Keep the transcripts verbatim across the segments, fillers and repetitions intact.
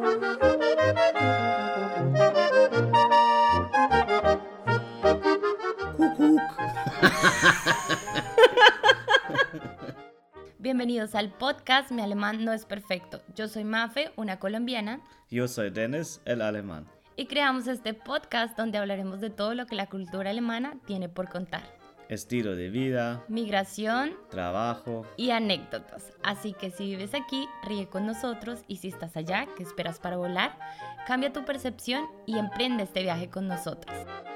Bienvenidos al podcast Mi Alemán No Es Perfecto. Yo soy Mafe, una colombiana. Yo soy Dennis, el alemán. Y creamos este podcast donde hablaremos de todo lo que la cultura alemana tiene por contar. Estilo de vida, migración, trabajo y anécdotas. Así que si vives aquí, ríe con nosotros, y si estás allá, ¿qué esperas para volar? Cambia tu percepción y emprende este viaje con nosotros.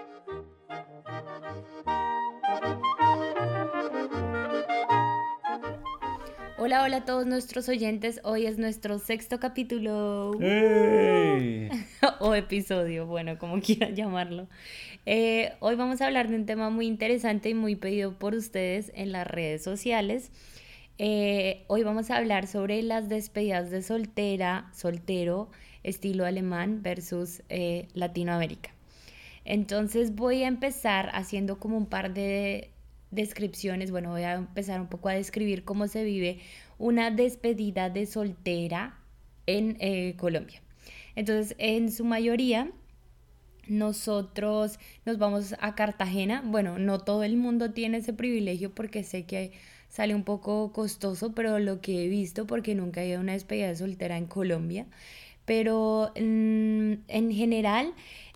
Hola, hola a todos nuestros oyentes. Hoy es nuestro sexto capítulo. ¡Hey! O episodio, bueno, como quieran llamarlo. Eh, hoy vamos a hablar de un tema muy interesante y muy pedido por ustedes en las redes sociales. Eh, hoy vamos a hablar sobre las despedidas de soltera, soltero, estilo alemán versus eh, Latinoamérica. Entonces voy a empezar haciendo como un par de descripciones. Bueno, voy a empezar un poco a describir cómo se vive una despedida de soltera en eh, Colombia. Entonces, en su mayoría, nosotros nos vamos a Cartagena. Bueno, no todo el mundo tiene ese privilegio porque sé que sale un poco costoso, pero lo que he visto, porque nunca he ido a una despedida de soltera en Colombia, pero mm, en general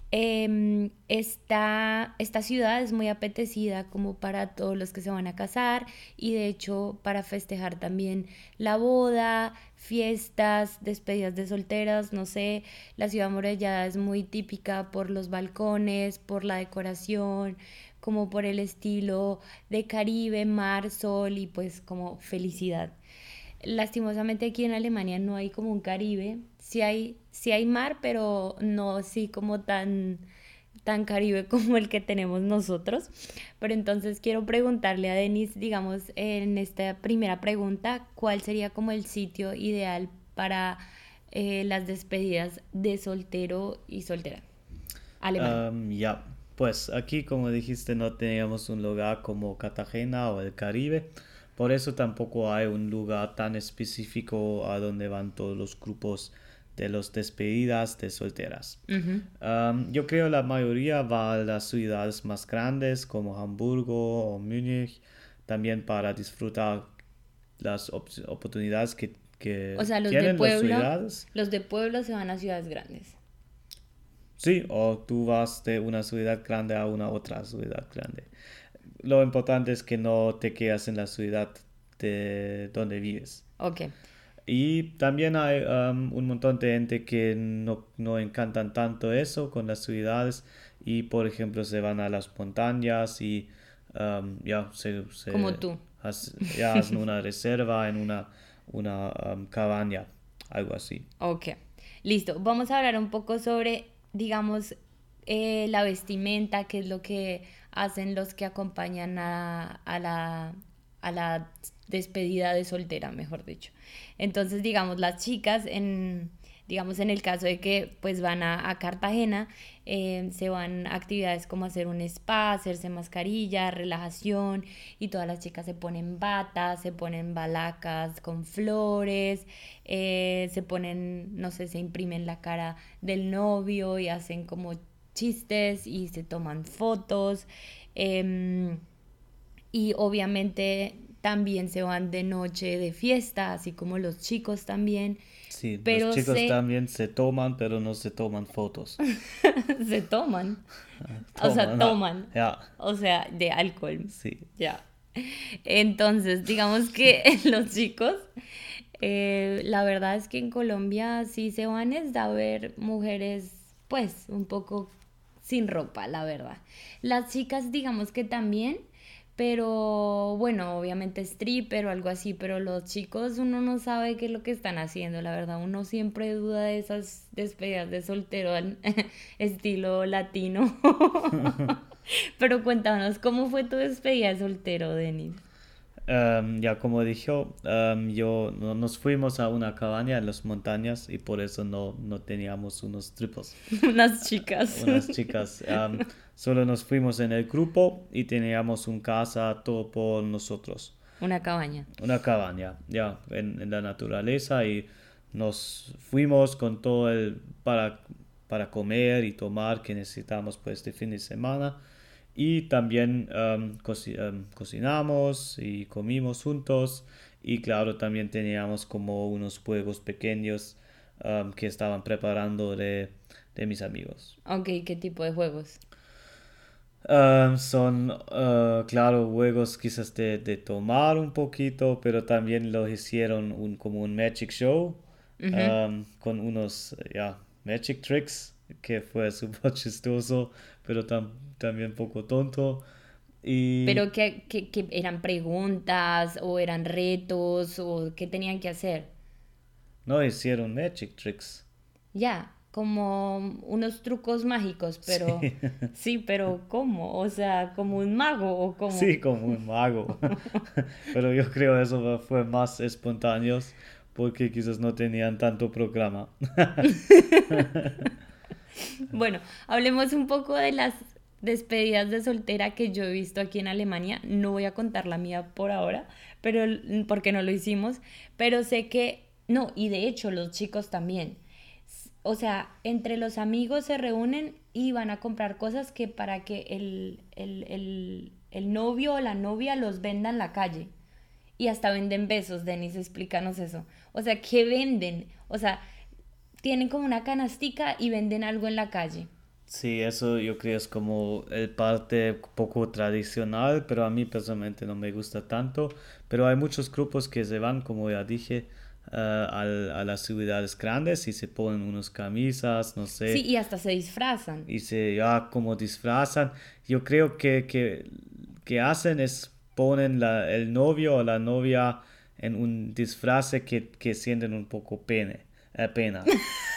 eh, esta, esta ciudad es muy apetecida como para todos los que se van a casar, y de hecho para festejar también la boda, fiestas, despedidas de solteras. No sé, la ciudad amurallada es muy típica por los balcones, por la decoración, como por el estilo de Caribe, mar, sol y pues como felicidad. Lastimosamente aquí en Alemania no hay como un Caribe. Sí hay, sí hay mar, pero no así como tan, tan Caribe como el que tenemos nosotros. Pero entonces quiero preguntarle a Denis, digamos, en esta primera pregunta, ¿cuál sería como el sitio ideal para eh, las despedidas de soltero y soltera alemán? Um, ya, pues aquí, como dijiste, no teníamos un lugar como Cartagena o el Caribe. Por eso tampoco hay un lugar tan específico a donde van todos los grupos de las despedidas de solteras. Uh-huh. Um, yo creo la mayoría va a las ciudades más grandes como Hamburgo o Múnich, también para disfrutar las op- oportunidades que, que O sea, los de tienen las pueblo, ciudades. los de pueblo se van a ciudades grandes. Sí, o tú vas de una ciudad grande a una otra ciudad grande. Lo importante es que no te quedas en la ciudad de donde vives. Ok. Y también hay um, un montón de gente que no, no encantan tanto eso con las ciudades y, por ejemplo, se van a las montañas y um, ya se, se Como tú. hace- ya hacen una reserva en una, una um, cabaña, algo así. Ok, listo. Vamos a hablar un poco sobre, digamos, eh, la vestimenta, qué es lo que hacen los que acompañan a, a la, a la despedida de soltera, mejor dicho. Entonces, digamos, las chicas, en, digamos, en el caso de que pues van a, a Cartagena, eh, se van a actividades como hacer un spa, hacerse mascarilla, relajación, y todas las chicas se ponen batas, se ponen balacas con flores, eh, se ponen, no sé, se imprimen la cara del novio y hacen como chistes y se toman fotos. Eh, y obviamente también se van de noche de fiesta, así como los chicos también. Sí, Pero los chicos se, también se toman, pero no se toman fotos. se toman, o sea, Toman, ah, toman, ya, o sea, de alcohol, sí. ya. Entonces, digamos que los chicos, eh, la verdad es que en Colombia sí se van es a ver mujeres, pues, un poco sin ropa, la verdad. Las chicas, digamos que también, pero bueno, obviamente stripper o algo así, pero los chicos uno no sabe qué es lo que están haciendo, la verdad, uno siempre duda de esas despedidas de soltero al estilo latino. Pero cuéntanos, ¿cómo fue tu despedida de soltero, Denis? Um, ya como dijo, um, yo no- nos fuimos a una cabaña en las montañas y por eso no, no teníamos unos triples, Unas chicas. unas chicas. Um, solo nos fuimos en el grupo y teníamos un casa todo por nosotros. Una cabaña. Una cabaña, ya, en, en la naturaleza y nos fuimos con todo el para, para comer y tomar que necesitamos pues de fin de semana. Y también um, coci- um, cocinamos y comimos juntos. Y claro, también teníamos como unos juegos pequeños um, que estaban preparando de, de mis amigos. Ok, ¿qué tipo de juegos? Um, son, uh, claro, juegos quizás de, de tomar un poquito, pero también lo hicieron un, como un Magic Show Ujú. um, con unos, ya, Magic Tricks, que fue súper chistoso, pero tam- también poco tonto. Y Pero que, que, que eran preguntas o eran retos o qué tenían que hacer. no hicieron Magic Tricks. Ya, como unos trucos mágicos, pero Sí, sí, pero ¿cómo? O sea, como un mago o cómo. sí, como un mago. Pero yo creo eso fue más espontáneo porque quizás no tenían tanto programa. Bueno, hablemos un poco de las despedidas de soltera que yo he visto aquí en Alemania. No voy a contar la mía por ahora, pero porque no lo hicimos, pero sé que no, y de hecho los chicos también. O sea, entre los amigos se reúnen y van a comprar cosas que para que el, el, el, el novio o la novia los venda en la calle. Y hasta venden besos, Denis, explícanos eso. O sea, ¿qué venden? O sea, tienen como una canastica y venden algo en la calle. Sí, eso yo creo es como el parte poco tradicional, pero a mí personalmente no me gusta tanto. Pero hay muchos grupos que se van, como ya dije, ah, al- a las ciudades grandes y se ponen unas camisas, no Sí, sé, y hasta se disfrazan. y se ya como disfrazan. Yo creo que que, que hacen es ponen la, el novio o la novia en un disfraz que, que sienten un poco pene, eh, pena.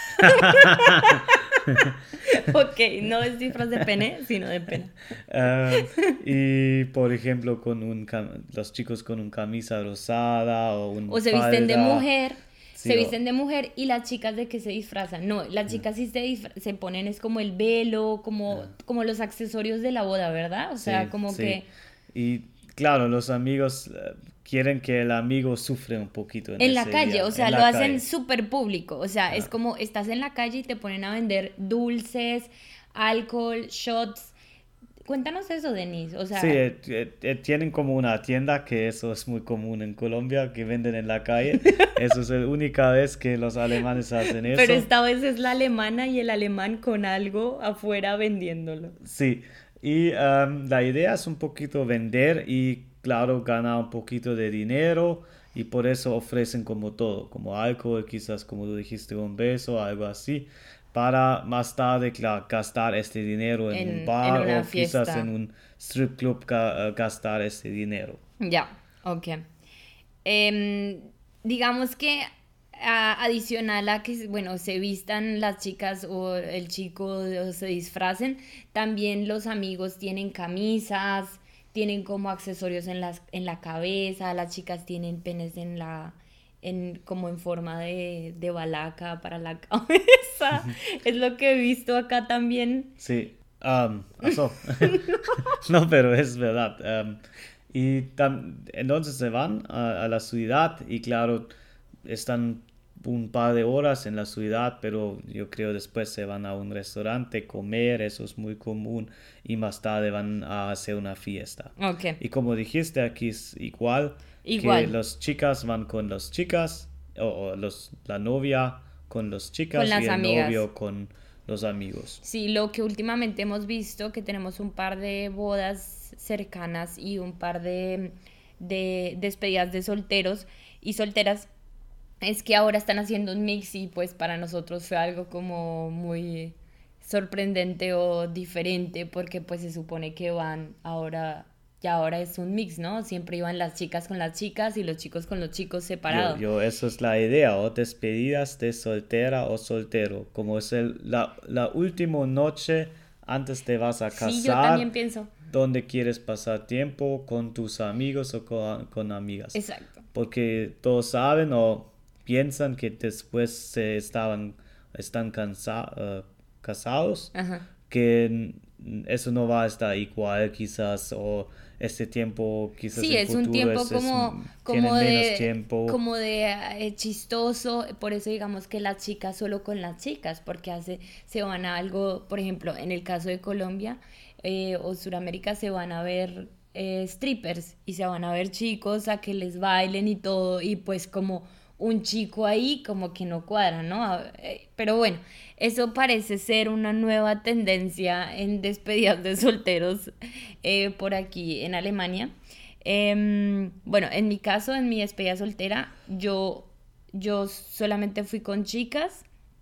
Ok, no es disfraz de pene, sino de pena. Ah, y por ejemplo, con un cam- los chicos con un camisa rosada o un O se visten de falda. mujer, se Sí, o- visten de mujer y las chicas de que se disfrazan. No, las chicas sí se, disfra- se ponen es como el velo, como, como los accesorios de la boda, ¿verdad? O sea, sí, como sí. que Y claro, los amigos eh, quieren que el amigo sufre un poquito en en la ese calle, día, o en sea, lo la hacen calle. súper público. O sea, es Ah, como estás en la calle y te ponen a vender dulces, alcohol, shots. Cuéntanos eso, Denise. O sí, sea, eh, eh, eh, tienen como una tienda que eso es muy común en Colombia, que venden en la calle. Eso es la única vez que los alemanes hacen pero eso. esta vez es la alemana y el alemán con algo afuera vendiéndolo. Sí, y am, la idea es un poquito vender y claro, ganar un poquito de dinero y por eso ofrecen como todo, como alcohol, quizás como tú dijiste, un beso, algo así, para más tarde, claro, gastar este dinero en un En, en bar una o quizás en fiesta. un strip club ga- eh, gastar este dinero. Ya, ok. Em, digamos que a- adicional a que, bueno, se vistan las chicas o el chico o se disfracen, también los amigos tienen camisas, tienen como accesorios en las, en la cabeza, las chicas tienen penes en la, en, como en forma de, de balaca para la cabeza. Es lo que he visto acá también. Sí, am, eso. No, pero es verdad. am, y tam- entonces se van a, a la ciudad y claro, están un par de horas en la ciudad, pero yo creo después se van a un restaurante, comer, eso es muy común, y más tarde van a hacer una fiesta. Ok, Y como dijiste, aquí es igual que igual, las chicas van con las chicas, o, o los, la novia con las con chicas y las el amigas. novio con los amigos. Sí, lo que últimamente hemos visto, que tenemos un par de bodas cercanas y un par de, de despedidas de solteros y solteras, es que ahora están haciendo un mix y pues para nosotros fue algo como muy sorprendente o diferente porque pues se supone que van ahora, ya ahora es un mix, ¿no? Siempre iban las chicas con las chicas y los chicos con los chicos Yo, separados. yo, eso es la idea, o despedidas de soltera o soltero, como es el, la, la última noche antes te vas a Sí, yo también casar, pienso. donde quieres pasar tiempo con tus amigos o con, con amigas, Exacto. porque todos saben o piensan que después se estaban, están cansa- eh, casados, Ajá. que eso no va a estar igual quizás, o este tiempo quizás Sí, el es un futuro tiempo es, es- como, tiene como menos de, tiempo. como de eh, chistoso, por eso digamos que las chicas solo con las chicas, porque hace, se van a algo, por ejemplo, en el caso de Colombia eh, o Sudamérica se van a ver eh, strippers y se van a ver chicos a que les bailen y todo, y pues como un chico ahí como que no cuadra, ¿no? A- eh, Pero bueno, eso parece ser una nueva tendencia en despedidas de solteros eh, por aquí en Alemania. Em, bueno, en mi caso, en mi despedida soltera, yo, yo solamente fui con chicas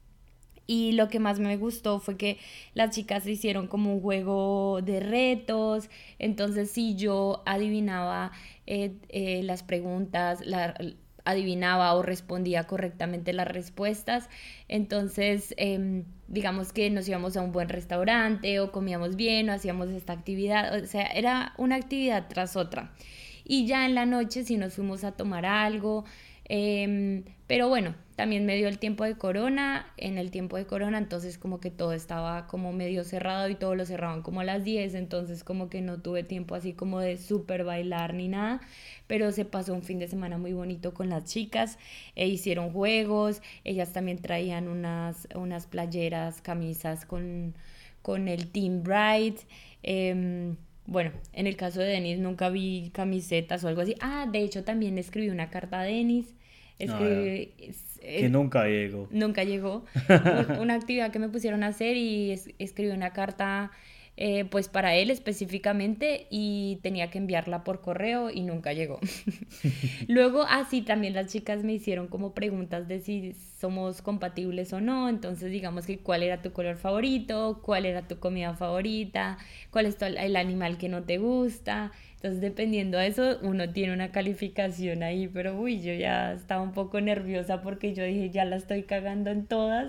y lo que más me gustó fue que las chicas hicieron como un juego de retos. Entonces, si yo adivinaba eh, eh, las preguntas, la, adivinaba o respondía correctamente las respuestas, entonces eh, digamos que nos íbamos a un buen restaurante o comíamos bien o hacíamos esta actividad. O sea, era una actividad tras otra. Y ya en la noche sí nos fuimos a tomar algo. Eh, pero bueno, también me dio el tiempo de corona, en el tiempo de corona, entonces como que todo estaba como medio cerrado y todo lo cerraban como a las diez, entonces como que no tuve tiempo así como de súper bailar ni nada, pero se pasó un fin de semana muy bonito con las chicas, e hicieron juegos, ellas también traían unas, unas playeras, camisas con, con el Team Bright. Eh, bueno, en el caso de Denis nunca vi camisetas o algo así. Ah, de hecho también escribí una carta a Denis. Ah, ya. Escribí, es- Que es- nunca llego. nunca llegó. Un- una actividad que me pusieron a hacer y es- escribí una carta eh, pues para él específicamente y tenía que enviarla por correo y nunca llegó. Luego, así también las chicas me hicieron como preguntas de si somos compatibles o no. Entonces, digamos que cuál era tu color favorito, cuál era tu comida favorita, cuál es tu- el animal que no te gusta. Entonces, dependiendo de eso, uno tiene una calificación ahí. Pero, uy, yo ya estaba un poco nerviosa porque yo dije, ya la estoy cagando en todas.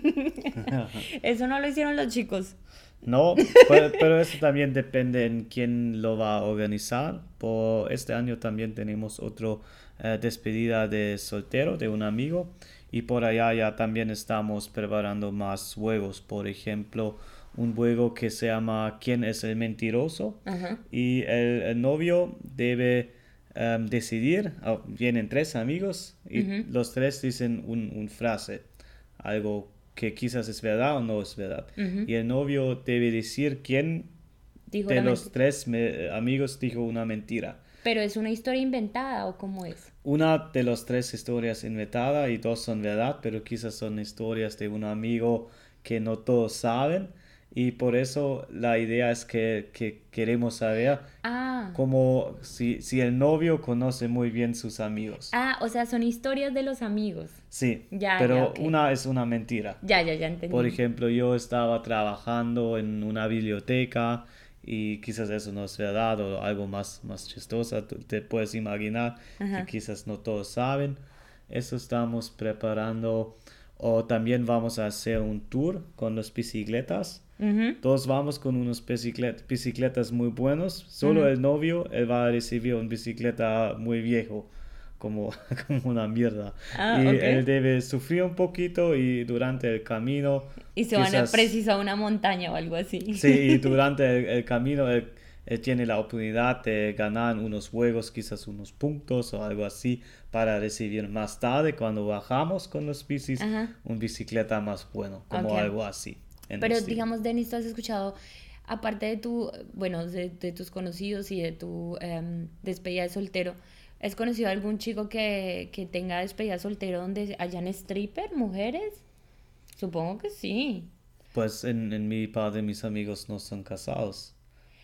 Eso no lo hicieron los chicos. No, pero, pero eso también depende en quién lo va a organizar. Por este año también tenemos otro eh, despedida de soltero de un amigo, y por allá ya también estamos preparando más juegos. Por ejemplo, un juego que se llama ¿Quién es el mentiroso? Ajá. Y el, el novio debe em, decidir. Oh, vienen tres amigos y Ujú. los tres dicen un, un frase, algo que quizás es verdad o no es verdad. Ujú. Y el novio debe decir quién Dijo de la los mente. tres me- amigos dijo una mentira. Pero es una historia inventada o cómo es. Una de las tres historias inventada y dos son verdad, pero quizás son historias de un amigo que no todos saben, y por eso la idea es que, que queremos saber Ah, cómo si, si el novio conoce muy bien sus amigos. ah, o sea, son historias de los amigos. Sí, Ya, ya, pero ok. una es una mentira. Ya, ya, ya Por entendí. ejemplo, yo estaba trabajando en una biblioteca y quizás eso no es verdad, o algo más, más chistoso, tú te puedes imaginar que Ajá. quizás no todos saben. Eso estamos preparando. O también vamos a hacer un tour con las bicicletas. Ujú, Todos vamos con unos biciclet- bicicletas muy buenos. Solo ujú. el novio, él va a recibir una bicicleta muy viejo, como, como una mierda. Ah, Y ok. él debe sufrir un poquito, y durante el camino, Y se van a quizás, precisar una montaña o algo así. sí, y durante el, el camino él, él tiene la oportunidad de ganar unos juegos, quizás unos puntos o algo así, para recibir más tarde, cuando bajamos con los bicis, Ajá. un bicicleta más bueno, como Ok. algo así. En Pero estilo. digamos, Denis, ¿tú has escuchado, aparte de tu, bueno, de, de tus conocidos y de tu em, despedida de soltero, ¿has conocido algún chico que, que tenga despedida de soltero donde hayan stripper, mujeres? Supongo que sí. Pues en, en mi par de mis amigos no son casados,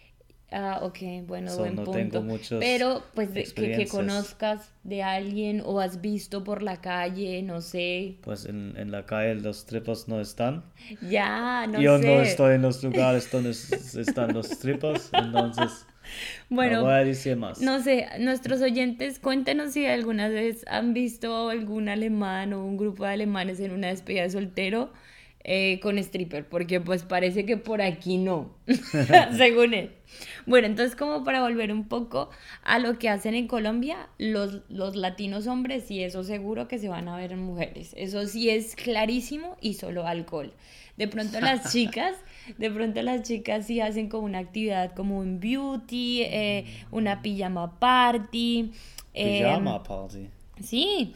Ah, ok, bueno, so buen no tengo punto. muchas Pero, pues, de- que, que experiencias. conozcas de alguien o has visto por la calle, no sé. Pues en, en la calle los strippers no están. Ya, no Yo no sé. estoy en los lugares donde s- están los strippers, entonces no voy Bueno, a decir más. no sé, nuestros oyentes, cuéntenos si alguna vez han visto algún alemán o un grupo de alemanes en una despedida de soltero. eh, con stripper, porque pues parece que por aquí no, según él. Bueno, entonces como para volver un poco a lo que hacen en Colombia, los, los latinos hombres, y eso seguro que se van a ver en mujeres. Eso sí es clarísimo y solo alcohol. De pronto las chicas, de pronto las chicas sí hacen como una actividad como un beauty, eh, una pijama party. Pijama em, Party. Sí,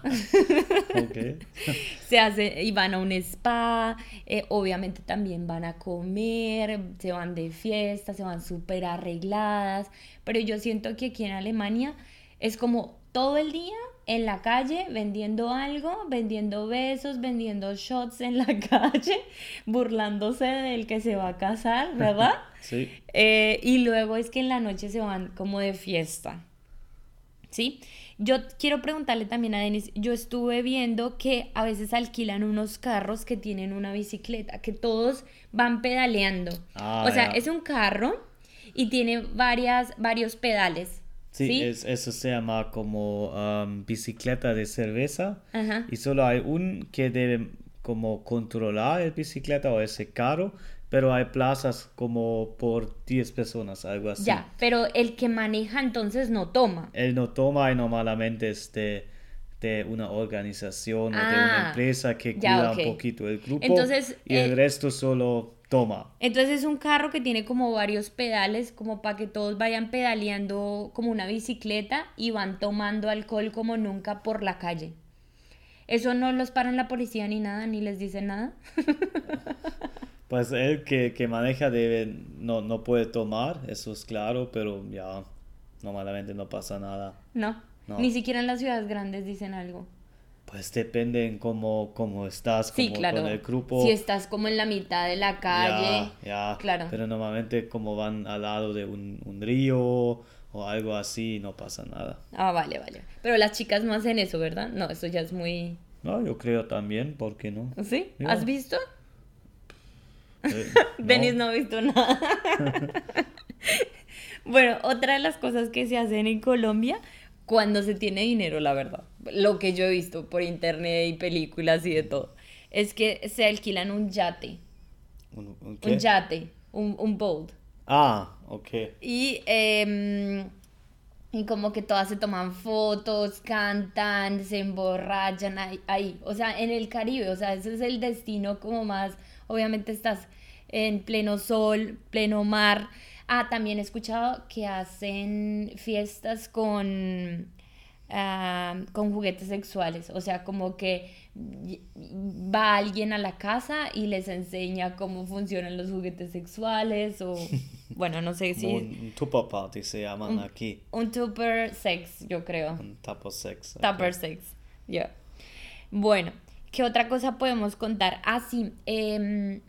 Okay. se hace y van a un spa, eh, obviamente también van a comer, se van de fiesta, se van súper arregladas, pero yo siento que aquí en Alemania es como todo el día en la calle vendiendo algo, vendiendo besos, vendiendo shots en la calle, burlándose del que se va a casar, ¿verdad? Sí. Eh, y luego es que en la noche se van como de fiesta. ¿Sí? Yo quiero preguntarle también a Denis, yo estuve viendo que a veces alquilan unos carros que tienen una bicicleta, que todos van pedaleando. Ah, O sea, ya. es un carro y tiene varias, varios pedales, Sí, ¿sí? es, eso se llama como um, bicicleta de cerveza Ajá. y solo hay un que debe como controlar el bicicleta o ese carro, pero hay plazas como por diez personas, algo así. Ya, pero el que maneja entonces no toma. Él no toma y normalmente es de, de una organización o de una Ah, empresa que ya, cuida ok. un poquito el grupo Entonces, y el eh, resto solo toma. entonces es un carro que tiene como varios pedales, como para que todos vayan pedaleando como una bicicleta y van tomando alcohol como nunca por la calle. Eso no los paran la policía ni nada, ni les dice nada. Pues él que, que maneja debe, no, no puede tomar, eso es claro, pero ya normalmente no pasa nada. No, ni No, siquiera en las ciudades grandes dicen algo. pues depende en cómo, cómo estás, Sí, como con claro. el Si grupo, estás como en la mitad de la calle, ya, ya, claro. pero normalmente como van al lado de un, un río o algo así, no pasa nada. Ah, vale, vale. Pero las chicas no hacen eso, ¿verdad? No, eso ya es muy... No, yo creo también, ¿por qué no? ¿Sí? ¿Has Ya, visto? eh, Denis no, no ha visto nada. Bueno, otra de las cosas que se hacen en Colombia cuando se tiene dinero, la verdad, lo que yo he visto por internet y películas y de todo, es que se alquilan un yate, ¿un, un un qué? yate, un, un boat. Ah, ok. Y, em, y como que todas se toman fotos, cantan, se emborrachan ahí, ahí, o sea, en el Caribe, o sea, ese es el destino como más, obviamente estás en pleno sol, pleno mar. Ah, también he escuchado que hacen fiestas con, ah, con juguetes sexuales, o sea, como que y- va alguien a la casa y les enseña cómo funcionan los juguetes sexuales o, bueno, no sé Como si un, un tupper party se llaman un, aquí, un tupper sex, yo creo. un tupper sex, Tupper ok. sex, ya. Bueno, ¿qué otra cosa podemos contar? Ah, sí, em,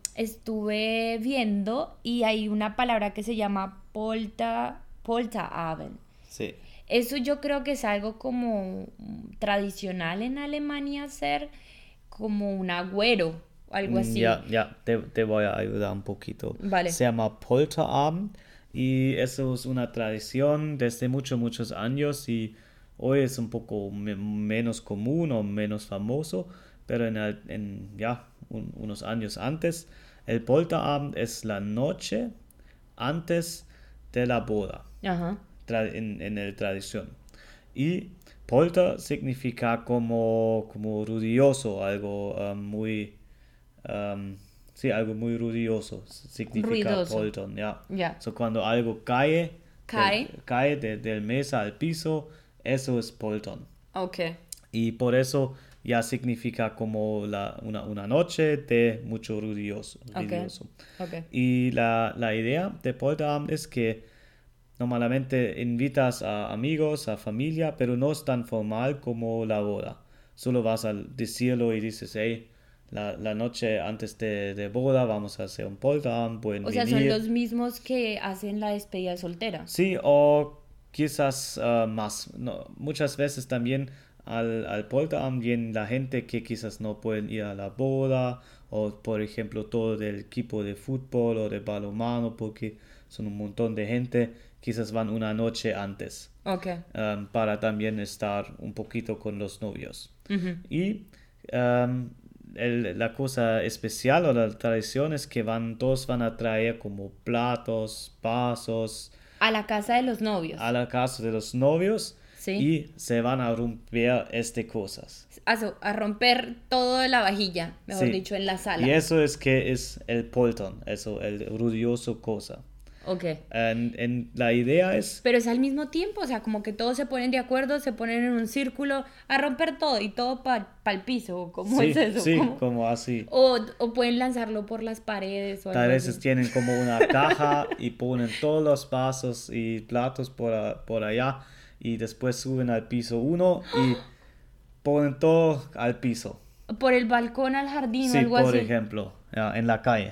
estuve viendo y hay una palabra que se llama polta, polterabend. Sí. Eso yo creo que es algo como tradicional en Alemania hacer, como un agüero, algo Mm, así. Ya, ya, te, te voy a ayudar un poquito. Vale. Se llama Polterabend y eso es una tradición desde muchos, muchos años y hoy es un poco me- menos común o menos famoso, pero en, el- en ya un- unos años antes, el Polterabend es la noche antes de la boda Ajá. tra- en, en el tradición. Y polter significa como, como ruidoso, algo ah, muy, am, sí, algo muy ruidoso, significa Ruidoso. poltern, ya. Ya. So, cuando algo cae, del, Cae. cae de- del mesa al piso, eso es poltern. Ok. Y por eso ya significa como la, una, una noche de mucho ruidoso. Ok. ruidoso. Ok. Y la, la idea de Polterabend es que normalmente invitas a amigos, a familia, pero no es tan formal como la boda. Solo vas a decirlo y dices, hey, la, la noche antes de, de boda vamos a hacer un polterabend, pueden O sea, son venir. los mismos que hacen la despedida soltera. Sí, o quizás ah, más. No, muchas veces también al, al polterabend viene la gente que quizás no pueden ir a la boda, o por ejemplo todo del equipo de fútbol o de balonmano, porque son un montón de gente, quizás van una noche antes, Ok. um, para también estar un poquito con los novios. Ujú. Y um, el- la cosa especial o la tradición es que van, todos van a traer como platos, vasos A la casa de los novios. a la casa de los novios Sí. y se van a romper este cosas. A, so- a romper todo la vajilla, mejor Sí. dicho, en la sala. Y eso es que es el polton, eso, el ruidoso cosa. Ok. En, en- la idea es, Pero es al mismo tiempo, o sea, como que todos se ponen de acuerdo, se ponen en un círculo a romper todo y todo para el piso. ¿Cómo sí, es eso? sí, ¿Cómo? como así. O, o pueden lanzarlo por las paredes o algo Tal veces así. tienen como una caja y ponen todos los vasos y platos por, a- por allá y después suben al piso uno y ponen todo al piso. Por el balcón al jardín o Sí, algo por así. ejemplo, ya, en la calle.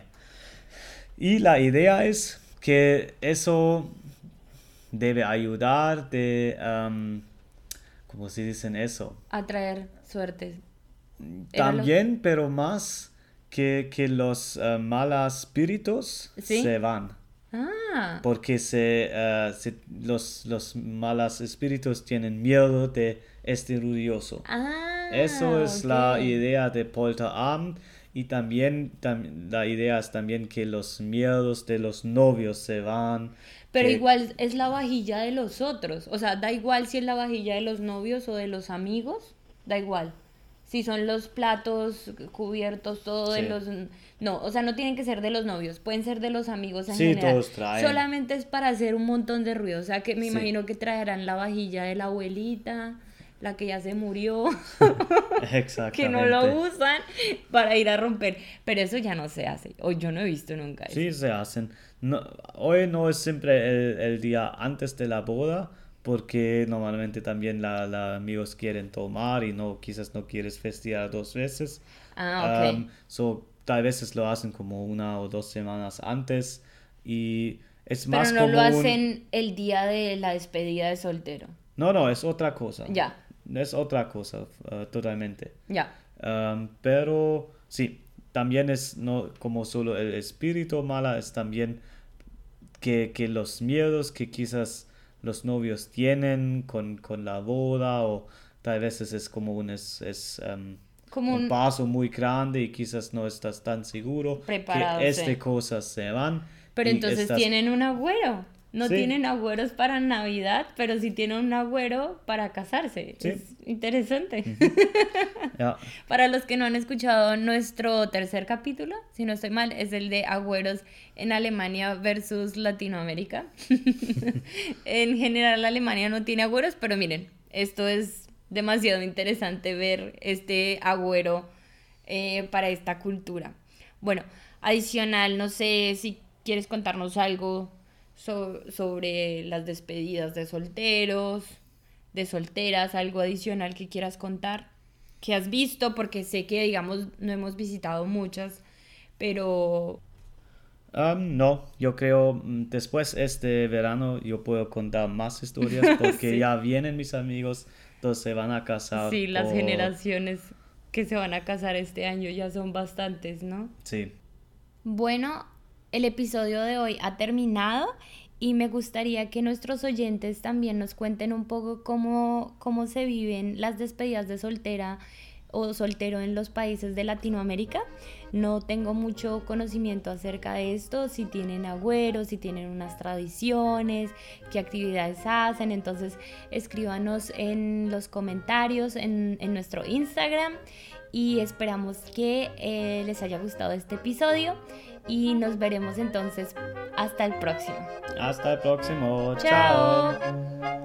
Y la idea es que eso debe ayudar de, am, ¿cómo se dicen eso? Atraer suerte. Era lo- También, pero más que, que los eh, malos espíritus ¿Sí? se van. Ah, Porque se, eh, se- los, los malos espíritus tienen miedo de este ruidoso. ah, Eso es la ok. idea de Polterabend y también, tam- la idea es también que los miedos de los novios se van. Pero que- igual es la vajilla de los otros. O sea, da igual si es la vajilla de los novios o de los amigos. Da igual. Si son los platos cubiertos, todo de Sí. los... No, o sea, no tienen que ser de los novios. Pueden ser de los amigos en Sí, general. todos traen. Solamente es para hacer un montón de ruido. O sea, que me Sí. imagino que traerán la vajilla de la abuelita, la que ya se murió, Exactamente. que no lo usan para ir a romper. Pero eso ya no se hace. O yo no he visto nunca eso. Sí, se hacen. No, hoy no es siempre el, el día antes de la boda, porque normalmente también la, la amigos quieren tomar y no, quizás no quieres festejar dos veces. Ah, ok. Um, so, tal vez lo hacen como una o dos semanas antes y es Pero más no como lo un- hacen el día de la despedida de soltero. No, no, es otra cosa. Ya. Es otra cosa, uh, totalmente. Ya. Um, pero sí, también es no como solo el espíritu mala, es también que, que los miedos que quizás los novios tienen con, con la boda o tal vez es como un, es, es, um, Como un un- paso muy grande y quizás no estás tan seguro Preparado, que estas sí. cosas se van. Pero y entonces estás- tienen un agüero. No Sí. tienen agüeros para Navidad, pero sí tienen un agüero para casarse. Sí. Es interesante. Ya, Para los que no han escuchado nuestro tercer capítulo, si no estoy mal, es el de agüeros en Alemania versus Latinoamérica. En general, Alemania no tiene agüeros, pero miren, esto es demasiado interesante ver este agüero eh, para esta cultura. Bueno, adicional, no sé si quieres contarnos algo so- sobre las despedidas de solteros, de solteras, algo adicional que quieras contar, que has visto, porque sé que, digamos, no hemos visitado muchas, pero Um, no, yo creo mm, después este verano yo puedo contar más historias porque Sí. ya vienen mis amigos, entonces se van a casar. sí, las por- generaciones que se van a casar este año ya son bastantes, ¿no? Sí, Bueno, el episodio de hoy ha terminado y me gustaría que nuestros oyentes también nos cuenten un poco cómo, cómo se viven las despedidas de soltera o soltero en los países de Latinoamérica. No tengo mucho conocimiento acerca de esto, si tienen agüeros, si tienen unas tradiciones, qué actividades hacen. Entonces escríbanos en los comentarios en, en nuestro Instagram y esperamos que eh, les haya gustado este episodio y nos veremos entonces hasta el próximo. hasta el próximo. Chao. Chao.